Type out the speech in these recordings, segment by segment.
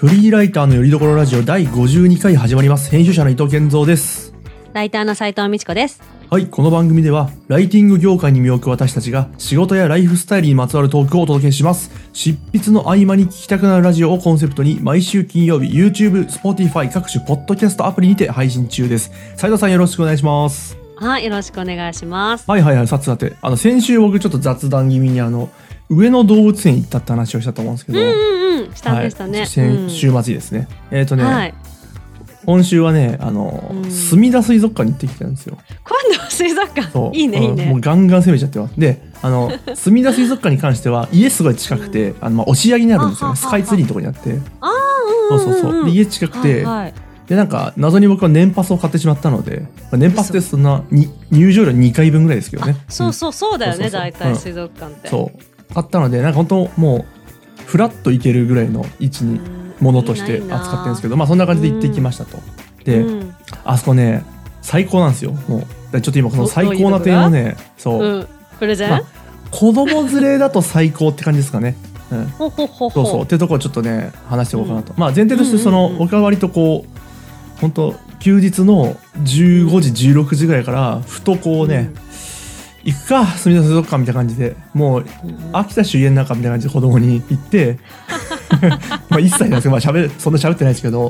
フリーライターのよりどころラジオ第52回始まります。編集者の伊藤健三です。 ライターの斉藤美智子です。 はい、この番組ではライティング業界に身を置く私たちが仕事やライフスタイルにまつわるトークをお届けします。執筆の合間に聞きたくなるラジオをコンセプトに毎週金曜日 YouTube、Spotify 各種ポッドキャストアプリにて配信中です。斉藤さんよろしくお願いします。 はい、よろしくお願いします。 はい、さて先週僕ちょっと雑談気味に上野動物園行ったって話をしたと思うんですけど、 したんでしたね、 はい、先週末ですね、 はい、 今週はねすみだ水族館に行ってきたんですよ。 今度は水族館いいねいいね、 もうガンガン攻めちゃってます。ですみだ水族館に関しては家すごい近くて、押上にあるんですよね。スカイツリーのところにあって、そうで家近くて、でなんか謎に僕は年パスを買ってしまったので、年パスってそんな入場料2回分ぐらいですけどね。 そうだよね、大体水族館って。 そう買ったのでなんか本当もうフラッと行けるぐらいの位置にものとして扱ってるんですけど、そんな感じで行ってきましたと。で、あそこね最高なんですよ。もうちょっと今この最高な点をね、 プレゼン、 子供連れだと最高って感じですかね。そうっていうところをちょっとね話していこうかなと。前提として僕は割とこう本当休日の15時16時ぐらいからふとこうね、行くかすみだ水族館みたいな感じで、もう秋田市家の中みたいな感じで子供に行って1歳なんですけど、そんな喋ってないですけど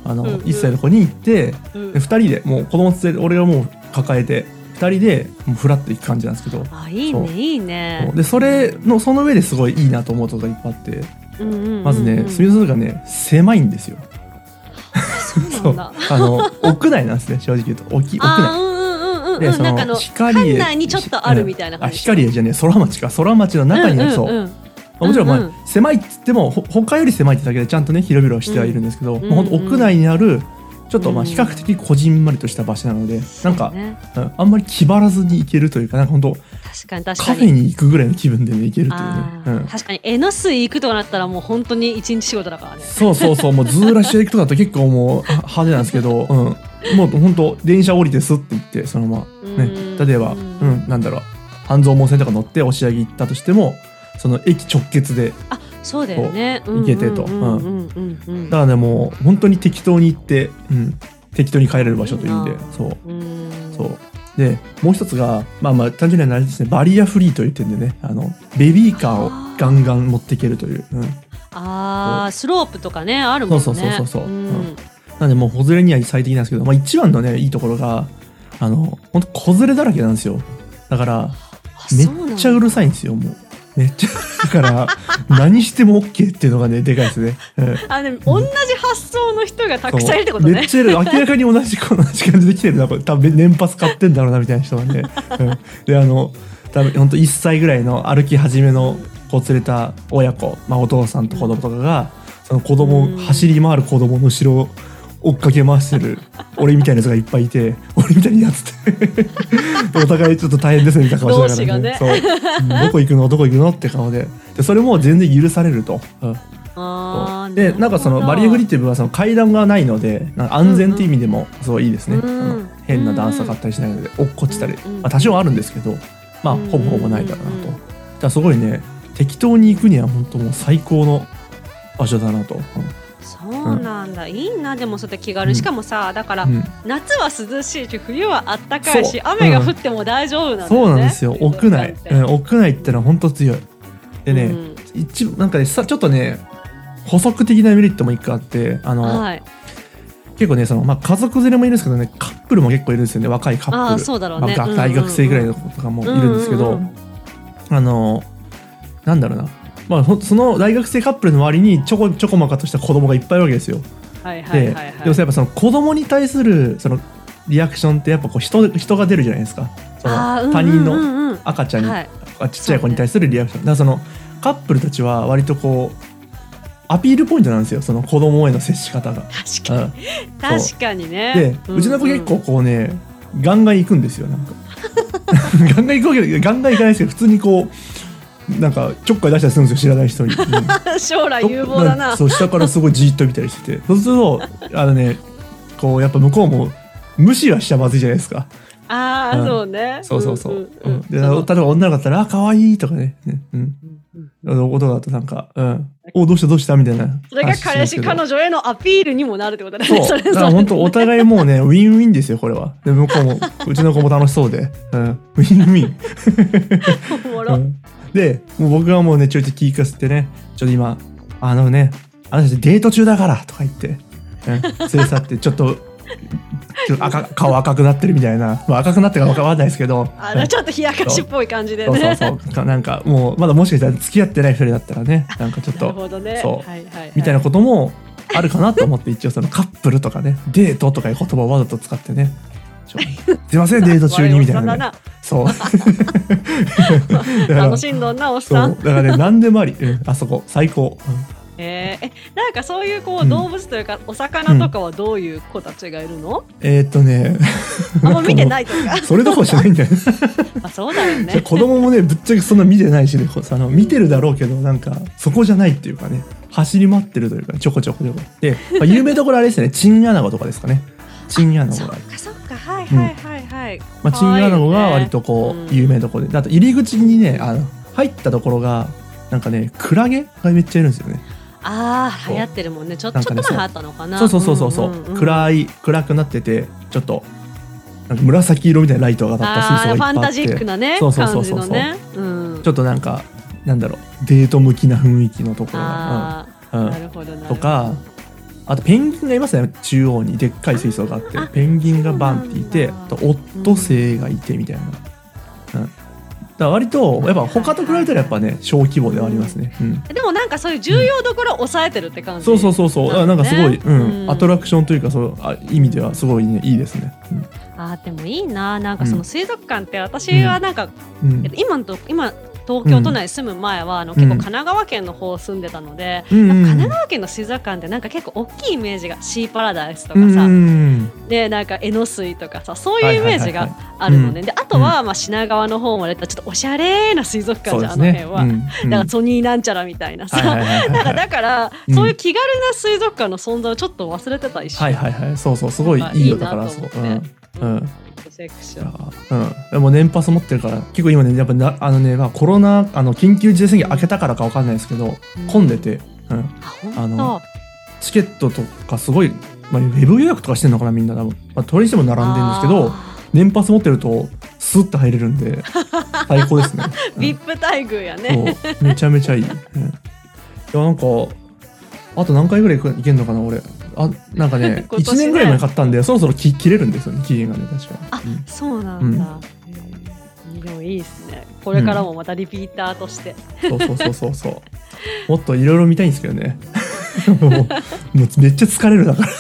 1歳の子に行って、2人でもう子供連れて俺がもう抱えて2人でもうフラッと行く感じなんですけど、 いいねいいね。 でその上ですごいいいなと思うことがいっぱいあって、まずねすみだ水族館ね狭いんですよ。 そう屋内なんですね、正直言うと屋内で、その光館内にちょっとあるみたいな感じ。 光じゃねえ、空町の中にある。そうもちろん狭いっつっても他より狭いってだけでちゃんとね広々してはいるんですけど、本当屋内にあるちょっと比較的こじんまりとした場所なので、なんかあんまり気張らずに行けるというか、なんか本当カフェに行くぐらいの気分でね行けるというね。 確かに江ノ水行くとなったらもう本当に一日仕事だからね。 そうもうズーラシア行くとかだと結構もう派手なんですけど、もう本当電車降りてスッて行ってそのままね、例えばなんだろう半蔵門線とか乗って押上行ったとしてもその駅直結でそうだよね行けてと。だからねもう本当に適当に行って、適当に帰れる場所という意味で、そうでもう一つが単純にはあれですね、バリアフリーという点でねベビーカーをガンガン持っていけるという、 スロープとかねあるもんね。 そうなんでもう子連れには最適なんですけど、一番のねいいところが本当子連れだらけなんですよ。だからめっちゃうるさいんですよ。もうめっちゃだから何しても OK っていうのがねでかいですね。 でも同じ発想の人がたくさんいるってことね。 めっちゃいる。明らかに同じ感じで来てるな。多分年パス買ってんだろうなみたいな人がね。で多分本当1歳ぐらいの歩き始めの子連れた親子、お父さんと子供とかがその走り回る子供の後ろを追っかけ回してる俺みたいなやつがいっぱいいて、俺みたいなやつってお互いちょっと大変ですねみたいな顔しながらね、どこ行くのって顔で、それも全然許されると。でなんかそのバリアフリーっていう部分はその階段がないので安全っていう意味でもすごいいいですね。変な段差があったりしないので落っこちたり多少あるんですけど、ほぼないだろうなと。だからすごいね適当に行くには本当もう最高の場所だなと。 そうなんだ、いいな。でもそれで気軽、しかもさだから、夏は涼しいし冬はあったかいし、雨が降っても大丈夫なんだよね。そうなんですよ。屋内ってのは本当強い。でね、なんかねちょっとね補足的なメリットも一個あって、結構ね家族連れもいるんですけどね、カップルも結構いるんですよね。若いカップル、 そうだろうね、 大学生ぐらいの子とかもいるんですけど、なんだろうな、その大学生カップルの周りにちょこまかとした子供がいっぱいいるわけですよ。でもやっぱその子供に対するそのリアクションってやっぱこう人が出るじゃないですか。その他人の赤ちゃんに、ちっちゃい子に対するリアクション。だからそのカップルたちは割とこうアピールポイントなんですよ、その子供への接し方が。 確かにね。 でうちの子結構こうねガンガン行くんですよ。なんかガンガン行くわけでガンガン行かないですけど、普通にこうなんかちょっかい出したりするんですよ、知らない人に。 将来有望だな。 そう下からすごいじーっと見たりしてて、そうするとこうやっぱ向こうも無視はしちゃまずいじゃないですか。 ああ、そうね。 そうそうそう。で、例えば女の子だったら、可愛いとかね。男だとなんか、お、どうしたみたいな。 それが彼氏、彼女へのアピールにもなるってことだね。 そう。だから本当お互いもうね、ウィンウィンですよ、これは。で、向こうも、うちの子も楽しそうで。ウィンウィン。 おもろ。 で、もう僕はもうね、ちょいちょい気かせてね、ちょっと今、あのね、あの人デート中だからとか言って、連れ去って、ちょっと顔赤くなってるみたいな、赤くなってるか分かんないですけど、 ちょっと冷やかしっぽい感じでね。 そうなんかもうまだもしかしたら付き合ってない人だったらね、なんかちょっと、みたいなこともあるかなと思って、一応そのカップルとかね、デートとかいう言葉をわざと使ってね、すいませんデート中にみたいな、ね、そう楽しんどんなおっさん。 だからね、何でもあり、あそこ最高。 なんかそういうこう動物というかお魚とかはどういう子たちがいるの？ あんま見てないとかそれどころじゃないんだよね。 あ、そうだよね。 子供もねぶっちゃけそんな見てないしね、見てるだろうけどなんかそこじゃないっていうかね、走り回ってるというかちょこちょこで、有名どころあれですね、チンアナゴとかですかね。チンアナゴがそっかはいはい。 チンアナゴが割とこう有名どころで、あと入り口にね入ったところがなんかねクラゲがめっちゃいるんですよね。 流行ってるもんね。ちょっと前流行ったのかな。 そう暗くなってて、ちょっとなんか紫色みたいなライトが当たった水槽がいっぱいあって、 ファンタジックなね感じのね、 ちょっとなんかなんだろう、デート向きな雰囲気のところが、 なるほどとか、あとペンギンがいますね。中央にでっかい水槽があって、ペンギンがバンっていて、オットセイがいてみたいな。だから割とやっぱ他と比べたらやっぱね小規模ではありますね。 でもなんかそういう重要どころを抑えてるって感じ。 そうなんかすごい、アトラクションというかそう意味ではすごいねいいですね。 でもいいな。なんかその水族館って私はなんか今東京都内に住む前は結構神奈川県の方住んでたので、神奈川県の水族館ってなんか結構大きいイメージがシーパラダイスとかさ、でなんか江ノ水とかさ、そういうイメージがあるのね。であとは品川の方までちょっとおしゃれな水族館じゃん、あの辺は。だからソニーなんちゃらみたいなさ、だからそういう気軽な水族館の存在をちょっと忘れてた一瞬。 そうすごいいいよ。だからそうセクション。 でも年パス持ってるから結構今ねやっぱコロナ緊急事態宣言明けたからか分かんないですけど、混んでて、チケットとかすごい、ウェブ予約とかしてんのかなみんな多分、それにしても並んでるんですけど、年パス持ってるとスッと入れるんで最高ですね。 VIP 待遇やね。 めちゃめちゃいい。いやなんかあと何回ぐらい行けんのかな俺。なんかね1年ぐらい前に買ったんでそろそろ切れるんですよね、期限がね確かに。 そうなんだ。でもいいですね。これからもまたリピーターとして。 そうもっといろいろ見たいんですけどね。もうめっちゃ疲れるだから。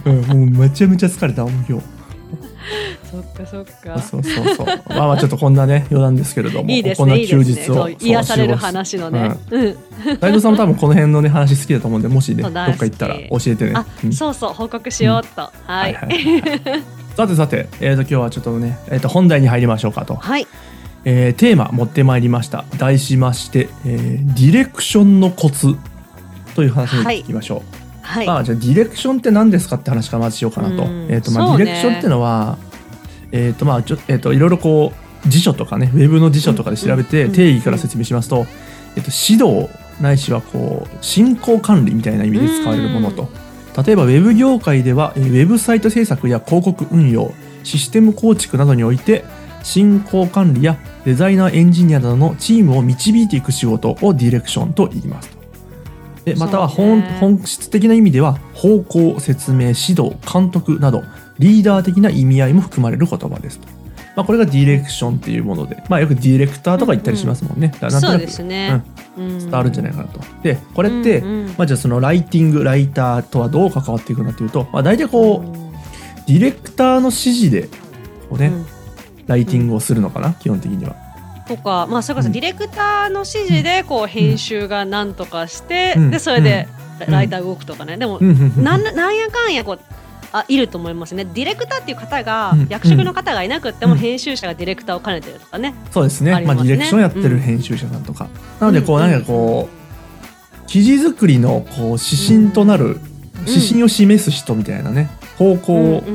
もうめちゃめちゃ疲れた今日。 そっか。 そう。ちょっとこんなね余談ですけれども、 いいですね、 こんな休日を癒される話のね。 斉藤さんも多分この辺のね話好きだと思うんで、もしねどっか行ったら教えてね。 そう報告しようと。はい。 さて今日はちょっとね本題に入りましょうかと。 はい。 テーマ持ってまいりました。題しましてディレクションのコツという話にいきましょう。じゃあディレクションって何ですかって話からまずしようかなと。ディレクションっていうのはいろいろこう辞書とかね、ウェブの辞書とかで調べて定義から説明しますと、指導ないしはこう進行管理みたいな意味で使われるものと。例えばウェブ業界ではウェブサイト制作や広告運用、システム構築などにおいて進行管理やデザイナーエンジニアなどのチームを導いていく仕事をディレクションと言いますと。でまたは本質的な意味では方向、説明、指導、監督などリーダー的な意味合いも含まれる言葉ですと。これがディレクションっていうもので、よくディレクターとか言ったりしますもんね。だからなんとなく伝わるんじゃないかなと。でこれって、じゃあそのライティングライターとはどう関わっていくかというと、大体こうディレクターの指示でこうね、ライティングをするのかな、基本的には。 とか、それこそディレクターの指示でこう編集がなんとかして、でそれでライター動くとかね。でもなんやかんやこういると思いますね。ディレクターっていう方が、役職の方がいなくっても編集者がディレクターを兼ねてるとかね。 そうですね。ディレクションやってる編集者さんとか。なのでこうなんかこう記事作りのこう指針となる指針を示す人みたいなね、方向を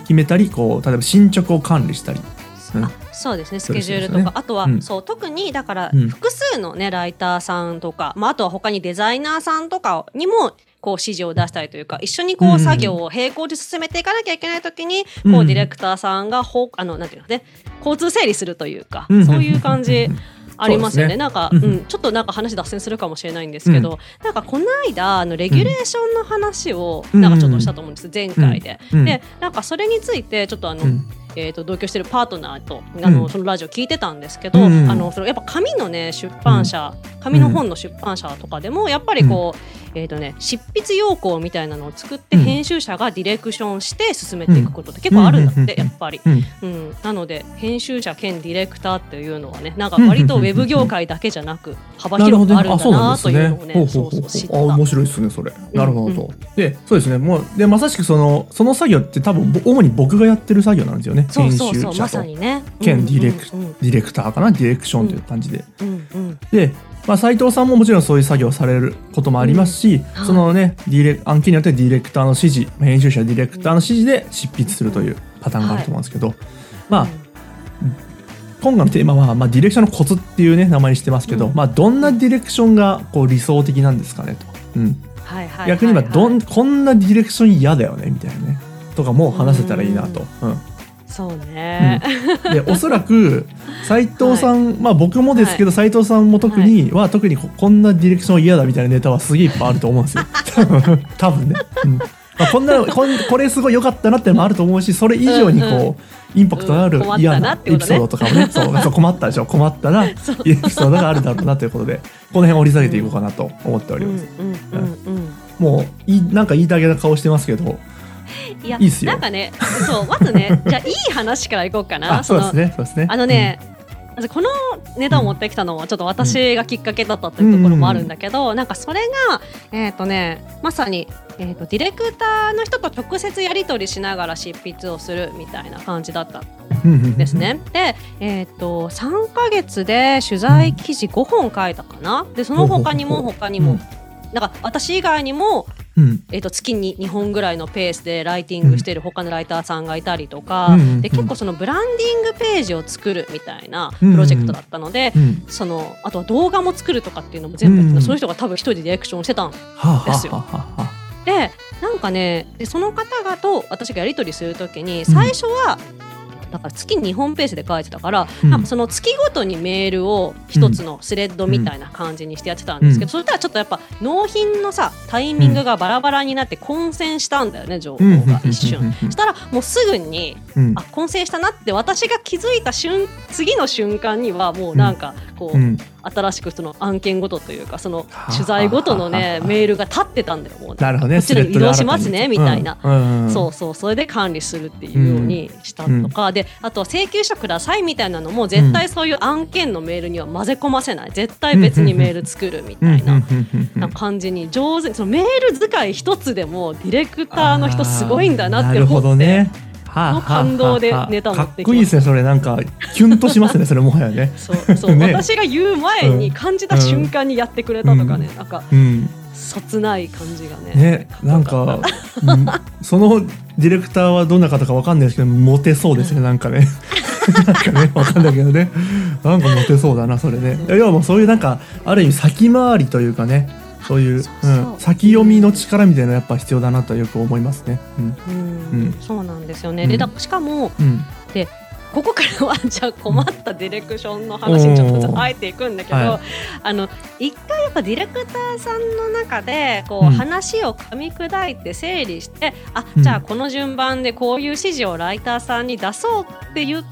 決めたりこう例えば進捗を管理したり、 そうですね、スケジュールとか、ね、あとは、そう特にだから複数のねライターさんとか、あとは他にデザイナーさんとかにもこう指示を出したりというか、一緒にこう作業を並行で進めていかなきゃいけないときに、こうディレクターさんがなんていうのね、交通整理するというか、そういう感じありますよね。なんか、ちょっとなんか話脱線するかもしれないんですけど、なんかこの間レギュレーションの話をなんかちょっとしたと思うんです、前回で。で、なんかそれについてちょっと同居してるパートナーとそのラジオ聞いてたんですけど、そのやっぱ紙のね出版社、紙の本の出版社とかでもやっぱりこう、執筆要項みたいなのを作って編集者がディレクションして進めていくことって結構あるんだって、やっぱり、なので編集者兼ディレクターっていうのはね、なんか割とウェブ業界だけじゃなく幅広くあるんだなというのをね、知った。 面白いですねそれ。なるほど。で、そうですね、もうでまさしくその作業って多分主に僕がやってる作業なんですよね。編集者とまさにね、 兼ディレクターかな、ディレクションという感じで。で、斉藤さんももちろんそういう作業をされることもありますし、そのね案件によってディレクターの指示、編集者ディレクターの指示で執筆するというパターンがあると思うんですけど、今回のテーマは、ディレクションのコツっていうね名前にしてますけど、どんなディレクションがこう理想的なんですかねと、逆に言えばこんなディレクション嫌だよねみたいなねとかも話せたらいいなと。 そうね、 でおそらく斉藤さん、僕もですけど斉藤さんも特にこんなディレクション嫌だみたいなネタはすげえいっぱいあると思うんですよ多分ね、これすごい良かったなってのもあると思うし、それ以上にこうインパクトのある嫌なエピソードとかもね、そう困ったでしょ、困ったなエピソードがあるだろうなということで、この辺掘り下げていこうかなと思っております。もうなんか言いたげな顔してますけど、 いや、 いいっすよ。 なんかね、まずね、じゃあいい話からいこうかな。 そうですね。 まずこのネタを持ってきたのはちょっと私がきっかけだったというところもあるんだけど、なんかそれがまさにディレクターの人と直接やり取りしながら執筆をするみたいな感じだったんですね。で、3ヶ月で取材記事5本書いたかな。でその他にもなんか私以外にも月に2本ぐらいのペースでライティングしてる他のライターさんがいたりとか、で結構そのブランディングページを作るみたいなプロジェクトだったので、あとは動画も作るとかっていうのも全部その人が多分一人でディレクションしてたんですよ。でなんかね、その方々と私がやり取りするときに最初はだから月に2本ペースで書いてたから、なんかその月ごとにメールを一つのスレッドみたいな感じにしてやってたんですけど、そしたらちょっとやっぱ納品のさタイミングがバラバラになって混戦したんだよね、情報が一瞬。そしたらもうすぐに、混戦したなって私が気づいた次の瞬間にはもうなんかこう、新しくその案件ごとというかその取材ごとのねメールが立ってたんだよ。もうなるほどね、 こっちに移動しますねみたいな、それで管理するっていうようにしたとか、であとは請求書くださいみたいなのも絶対そういう案件のメールには混ぜ込ませない、絶対別にメール作るみたいな感じに上手に、そのメール使い一つでもディレクターの人すごいんだなって思って、の感動でネタを持ってきました。 かっこいいですねそれ。なんかキュンとしますねそれもはやね。 そうね、私が言う前に感じた瞬間にやってくれたとかね、なんかそつない感じがね。 なんかそのディレクターはどんな方かわかんないですけどモテそうですね、なんかねなんかねわかんないけどね、なんかモテそうだなそれね。要はもうそういうなんかある意味先回りというかね、そういう先読みの力みたいなのやっぱ必要だなとよく思いますね。 そうなんですよね。でしかも、でここからはじゃあ困ったディレクションの話にちょっとあえていくんだけど、一回やっぱディレクターさんの中でこう話を噛み砕いて整理して、じゃあこの順番でこういう指示をライターさんに出そうって言って、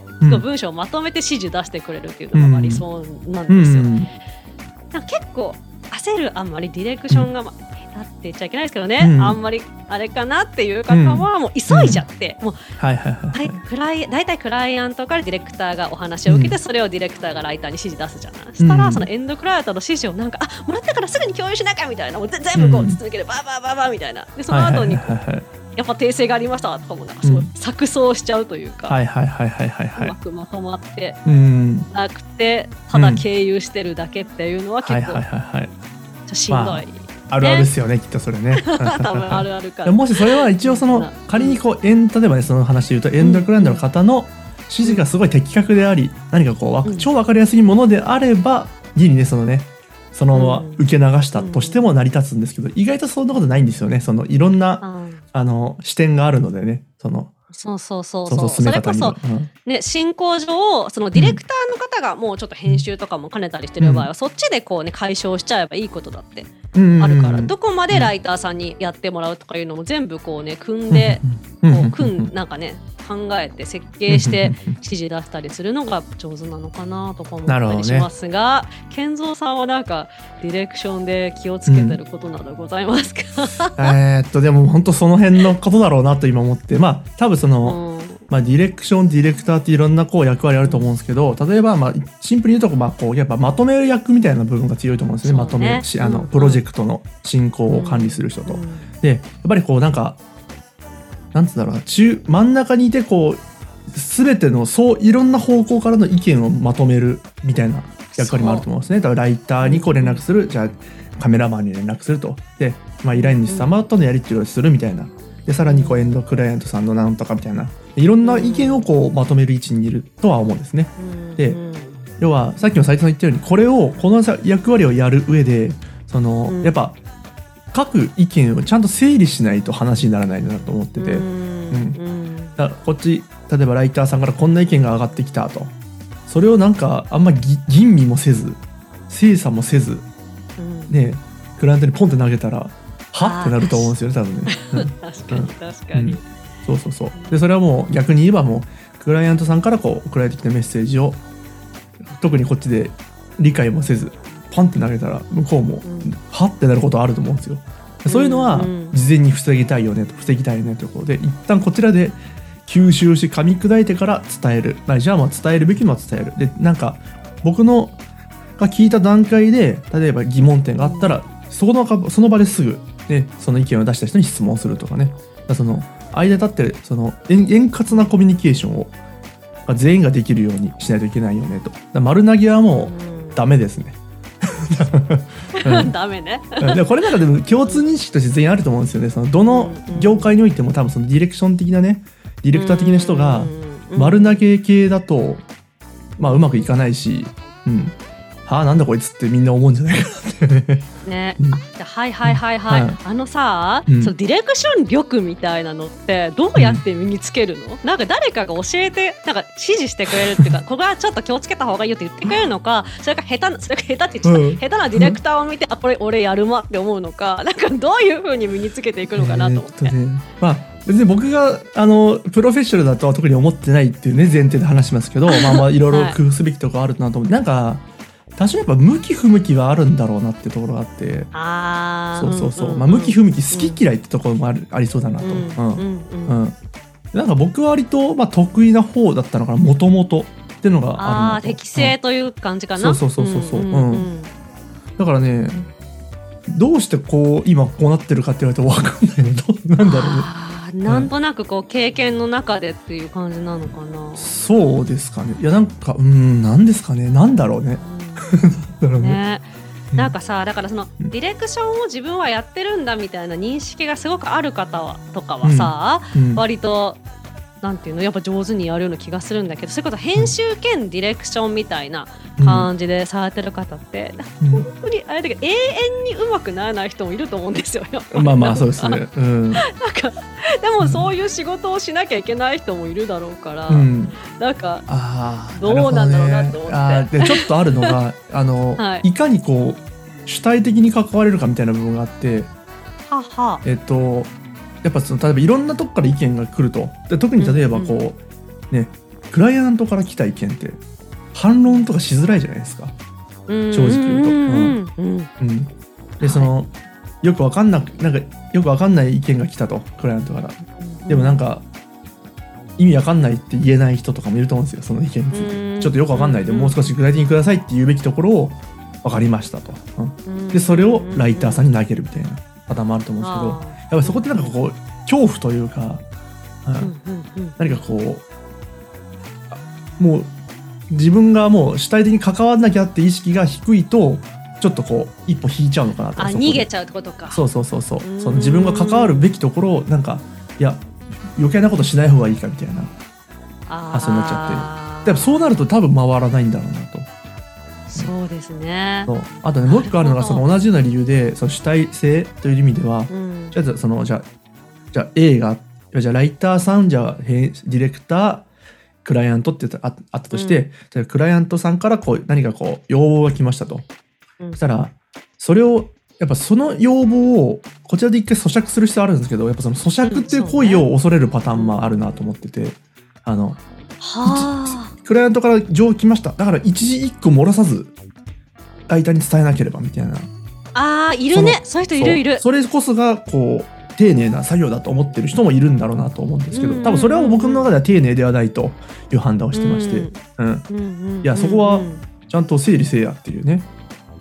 文章をまとめて指示出してくれるっていうのがありそうなんですよ。なんか結構焦る、あんまりディレクションが下手って言っちゃいけないですけどね、あんまりあれかなっていう方はもう急いじゃって、もう大体クライアントからディレクターがお話を受けて、それをディレクターがライターに指示出すじゃない。したらそのエンドクライアントの指示をなんかもらったからすぐに共有しなきゃみたいな、もう全部こう続けるバーバーバーバーみたいな。でその後にやっぱ訂正がありましたとかもなんかすごい錯綜しちゃうというか、うまくまとまってなくてただ経由してるだけっていうのは結構しんどいあるあるですよねきっとそれね多分あるあるかもしそれは一応その仮にこう例えばねその話で言うとエンドクライアントの方の指示がすごい的確であり何かこう超分かりやすいものであればギリねそのまま受け流したとしても成り立つんですけど意外とそんなことないんですよねそのいろんな視点があるのでねそうそれこそ、ね、進行上そのディレクターの方がもうちょっと編集とかも兼ねたりしてる場合は、そっちでこうね解消しちゃえばいいことだってあるから、どこまでライターさんにやってもらうとかいうのも全部こうね組んでなんかね考えて設計して指示出したりするのが上手なのかなとか思ったりしますが、健三さんはなんかディレクションで気をつけてることなどございますか？ でも本当その辺のことだろうなと今思って多分その、ディレクションディレクターっていろんなこう役割あると思うんですけど例えばシンプルに言うとこうやっぱまとめる役みたいな部分が強いと思うんですね。まとめるプロジェクトの進行を管理する人と、でやっぱりこうなんかなんつうんだろうな真ん中にいてこう全てのいろんな方向からの意見をまとめるみたいな役割もあると思うんですね。だからライターにこう連絡するじゃあカメラマンに連絡するとで、依頼主様とのやり取りをするみたいなでさらにこうエンドクライアントさんのなんとかみたいないろんな意見をこうまとめる位置にいるとは思うんですね。で要はさっきの斉藤さん言ったようにこの役割をやる上でやっぱ各意見をちゃんと整理しないと話にならないなと思ってて、だからこっち例えばライターさんからこんな意見が上がってきたとそれをなんかあんま吟味もせず精査もせず、ねクライアントにポンって投げたらはってなると思うんですよね多分ね確かに、 そうでそれはもう逆に言えばもうクライアントさんからこう送られてきたメッセージを特にこっちで理解もせずパンって投げたら向こうもはってなることあると思うんですよ。そういうのは事前に防ぎたいよねと防ぎたいよねということで一旦こちらで吸収し噛み砕いてから伝える、じゃあ伝えるべきのは伝えるでなんか僕のが聞いた段階で例えば疑問点があったらその場ですぐ、ね、その意見を出した人に質問するとかねその間立ってるその円滑なコミュニケーションを全員ができるようにしないといけないよねと丸投げはもうダメですねダメねでこれなんかでも共通認識として全員あると思うんですよね。そのどの業界においても多分そのディレクション的なねディレクター的な人が丸投げ系だとうまくいかないし、なんだこいつってみんな思うんじゃないかなってね。はいさ、そのディレクション力みたいなのってどうやって身につけるの？なんか誰かが教えてなんか指示してくれるっていうかここはちょっと気をつけた方がいいよって言ってくれるのかそれか下手なディレクターを見てこれ俺やるまって思うのかなんかどういう風に身につけていくのかなと思って。 別に僕がプロフェッショナルだとは特に思ってないっていうね前提で話しますけどいろいろ工夫すべきとこあるなと思って、なんか多少やっぱ向き不向きはあるんだろうなってところがあって向き不向き好き嫌いってところもありそうだなと。なんか僕は割と得意な方だったのかなもともとっていうのがあるなと。 適性という感じかな。 そうだからねどうして今こうなってるかって言われて分かんないのなんだろうね。 なんとなく経験の中でっていう感じなのかな。 そうですかね。いやなんかなんですかね。なんだろうね。 なんかさだからそのディレクションを自分はやってるんだみたいな認識がすごくある方とかはさ、割となんていうのやっぱ上手にやるような気がするんだけどそういうこと編集兼ディレクションみたいな感じでされてる方って、本当にあれだけど永遠にうまくならない人もいると思うんですよ。 そうですね。 なんかでもそういう仕事をしなきゃいけない人もいるだろうから、なんかどうなんだろうなと思って。 でちょっとあるのがいかに主体的に関われるかみたいな部分があって、やっぱ例えばいろんなとこから意見が来るとで特に例えばクライアントから来た意見って反論とかしづらいじゃないですか正直言うと。でよくわかんない意見が来たとクライアントから。でもなんか意味わかんないって言えない人とかもいると思うんですよその意見について。ちょっとよくわかんないでもう少し具体的にくださいって言うべきところを分かりましたと、でそれをライターさんに投げるみたいなパターンもあると思うんですけどやっぱりそこってなんか恐怖というか、何かもう自分がもう主体的に関わらなきゃって意識が低いとちょっとこう一歩引いちゃうのかなと。 逃げちゃうってことか。 そうその自分が関わるべきところをなんかいや余計なことしない方がいいかみたいな発想になっちゃって、でもそうなると多分回らないんだろうなと。 そうですね。 そうあとね、もう一個あるのがその同じような理由でその主体性という意味では、じゃあ A がじゃあライターさんじゃあディレクタークライアントってあったとして、クライアントさんからこう何かこう要望が来ましたと、そしたらそれをやっぱその要望をこちらで一回咀嚼する必要あるんですけど、やっぱその咀嚼っていう行為を恐れるパターンもあるなと思ってて、クライアントから情報来ました、だから一字一句漏らさず相手に伝えなければみたいな。 いるね、そういう人いる。 それこそがこう丁寧な作業だと思ってる人もいるんだろうなと思うんですけど、多分それは僕の中では丁寧ではないという判断をしてまして、いやそこはちゃんと整理せえやっていうね、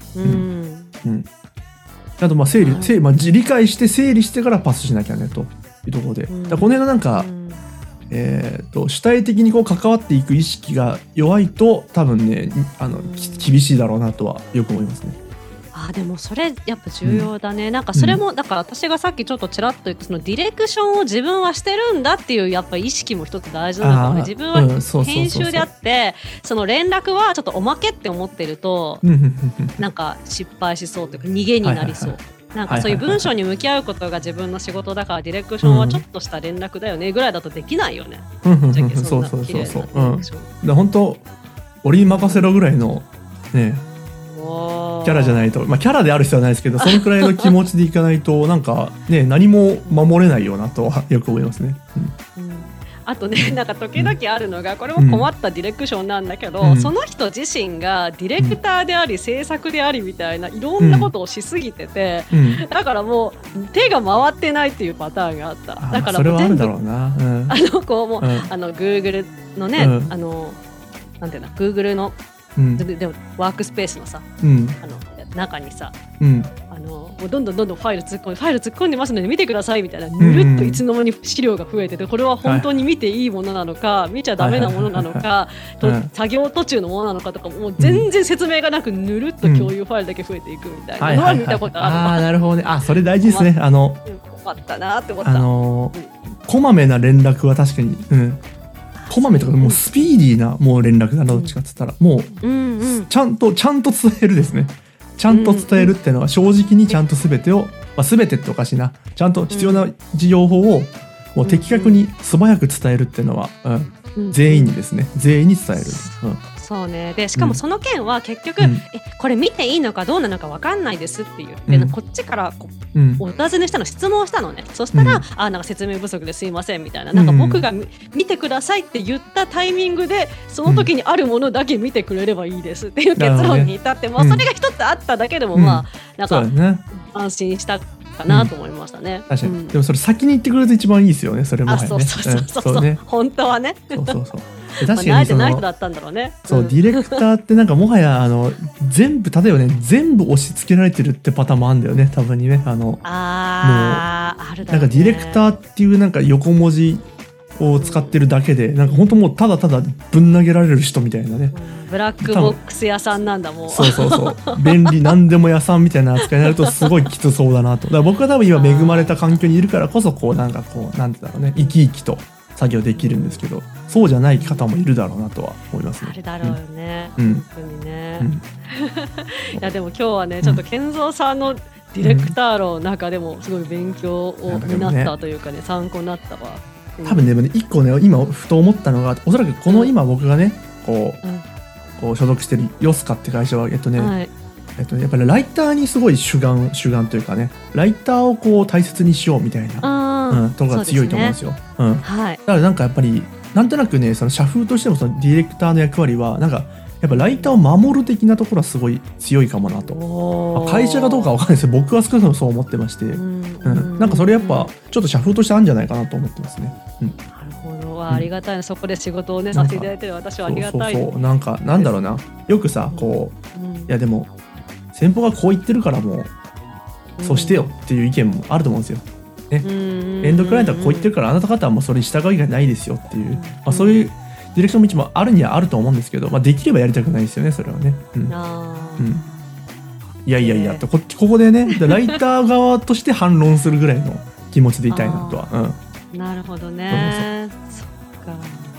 ちゃんと理解して整理してからパスしなきゃねというところで、だからこの辺のなんか、主体的にこう関わっていく意識が弱いと多分ね厳しいだろうなとはよく思いますね。 でもそれやっぱ重要だね、なんかそれもだから私がさっきちょっとちらっと言ったそのディレクションを自分はしてるんだっていうやっぱ意識も一つ大事なのかもね。自分は編集であってその連絡はちょっとおまけって思ってるとなんか失敗しそうというか逃げになりそう、なんかそういう文章に向き合うことが自分の仕事だからディレクションはちょっとした連絡だよねぐらいだとできないよね。 そう本当俺に任せろぐらいのねキャラじゃないと、キャラである必要はないですけど、そのくらいの気持ちでいかないとなんかね何も守れないよなとはよく思いますね。 あとね、なんか時々あるのがこれも困ったディレクションなんだけど、その人自身がディレクターであり制作でありみたいないろんなことをしすぎてて、だからもう手が回ってないっていうパターンがあった。だからそれはあるだろうな。 こうもうGoogle のね、なんていうの Google のでもワークスペースのさ、中にさ、もうどんどんファイル突っ込んでますので見てくださいみたいな、ぬるっといつの間に資料が増えてて、これは本当に見ていいものなのか、見ちゃダメなものなのか、作業途中のものなのかとか、もう全然説明がなくぬるっと共有ファイルだけ増えていくみたいなのは見たことある。 なるほどね。それ大事ですね。 困ったなって思った。 こまめな連絡は確かに、こまめとかもうスピーディーなもう連絡だな、どっちかって言ったらもうちゃんと伝えるですね。ちゃんと伝えるっていうのは正直にちゃんと全てを、全てっておかしいな、ちゃんと必要な情報をもう的確に素早く伝えるっていうのは、全員にですね、全員に伝える。 そうね。でしかもその件は結局、これ見ていいのかどうなのか分かんないですって言って、こっちからお尋ねしたの、質問したのね。そしたら、なんか説明不足ですいませんみたいな、なんか僕が見てくださいって言ったタイミングでその時にあるものだけ見てくれればいいですっていう結論に至って、それが一つあっただけでもなんか安心したかなと思いましたね。 確かに。でもそれ先に言ってくれると一番いいですよね。それもそう本当はね。 確かに慣れてない人だったんだろうね。 ディレクターってなんかもはや全部例えばね全部押し付けられてるってパターンもあるんだよね、多分にね。 あるだろうね。 なんかディレクターっていうなんか横文字を使ってるだけでなんか本当もうただただぶん投げられる人みたいなね。 ブラックボックス屋さんなんだもう。 そう便利何でも屋さんみたいな扱いになるとすごいきつそうだなと。だから僕は多分今恵まれた環境にいるからこそなんてだろうね、生き生きと作業できるんですけど、そうじゃない方もいるだろうなとは思いますね。 あるだろうね。本当にね。いやでも今日はねちょっと健三さんのディレクターの中でもすごい勉強になったというかね、参考になったわ。 多分ね一個ね今ふと思ったのが、おそらくこの今僕がねこう所属してるヨスカって会社はやっぱりライターにすごい主眼というかね、ライターをこう大切にしようみたいなところが強いと思うんですよ。だからなんかやっぱりなんとなくねその社風としてもそのディレクターの役割はなんかやっぱライターを守る的なところはすごい強いかもなと。会社がどうかわかんないですけど僕は少なくともそう思ってまして、なんかそれやっぱちょっと社風としてあるんじゃないかなと思ってますね。 なるほど。ありがたいな。そこで仕事をねさせていただいてる私はありがたい。 なんかなんだろうな、よくさこういやでも先方がこう言ってるからもうそうしてよっていう意見もあると思うんですよ。エンドクライアントはこう言ってるからあなた方はもうそれに従う以外ないですよっていう、そういうディレクション道もあるにはあると思うんですけど、できればやりたくないですよねそれはね。 いやいやいやってここでねライター側として反論するぐらいの気持ちでいたいなとは、 なるほどね。そっか。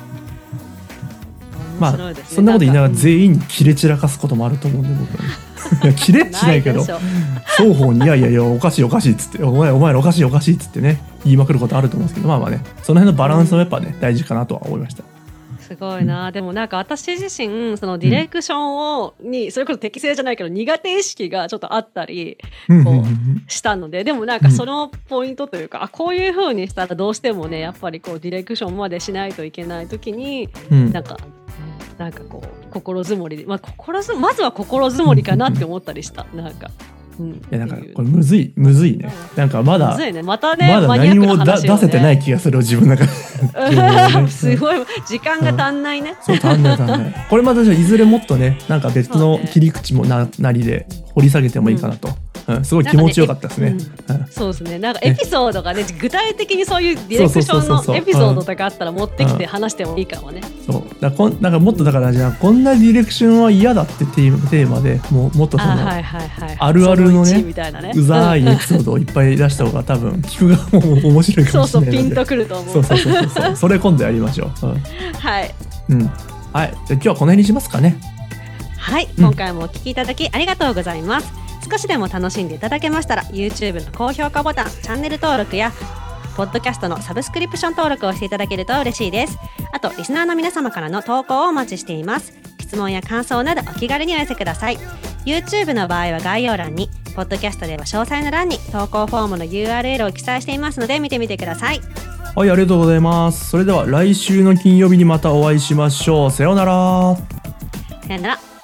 まあそんなこと言いながら全員にキレ散らかすこともあると思うんで僕は、ね、キレしないけど双方にいやいやいやおかしいおかしいっつってお前らおかしいおかしいっつってね言いまくることあると思うんですけど、まあまあねその辺のバランスもやっぱね大事かなとは思いました。 すごいな、でもなんか私自身そのディレクションにそれこそ適正じゃないけど苦手意識がちょっとあったりこうしたので、でもなんかそのポイントというか、こういう風にしたらどうしてもねやっぱりこうディレクションまでしないといけない時になんかこう心づもりで、まずは心づもりかなって思ったりした。なんかいやなんかこれむずいね。なんかまだまた何も出せてない気がする自分の中で。 すごい時間が足んないね。 そう足んない。これまたじゃあいずれもっとねなんか別の切り口もなりで掘り下げてもいいかなと。すごい気持ちよかったですね。 そうですね。なんかエピソードがね具体的にそういうディレクションのエピソードとかあったら持ってきて話してもいいかもね。 そうなんかもっとだからじゃあこんなディレクションは嫌だってテーマでもっとそのあるあるのねうざいエピソードをいっぱい出した方が多分聞く側も面白いかもしれないので。そうピンとくると思う。 そうそれ今度やりましょう。 はい。 はい。じゃあ今日はこの辺にしますかね。 はい。今回もお聞きいただきありがとうございます。少しでも楽しんでいただけましたら YouTube の高評価ボタン、チャンネル登録やポッドキャストのサブスクリプション登録をしていただけると嬉しいです。あとリスナーの皆様からの投稿をお待ちしています。質問や感想などお気軽にお寄せください。 YouTube の場合は概要欄に、ポッドキャストでは詳細の欄に投稿フォームの URL を記載していますので見てみてください。 はい、ありがとうございます。それでは来週の金曜日にまたお会いしましょう。さようなら。 さようなら。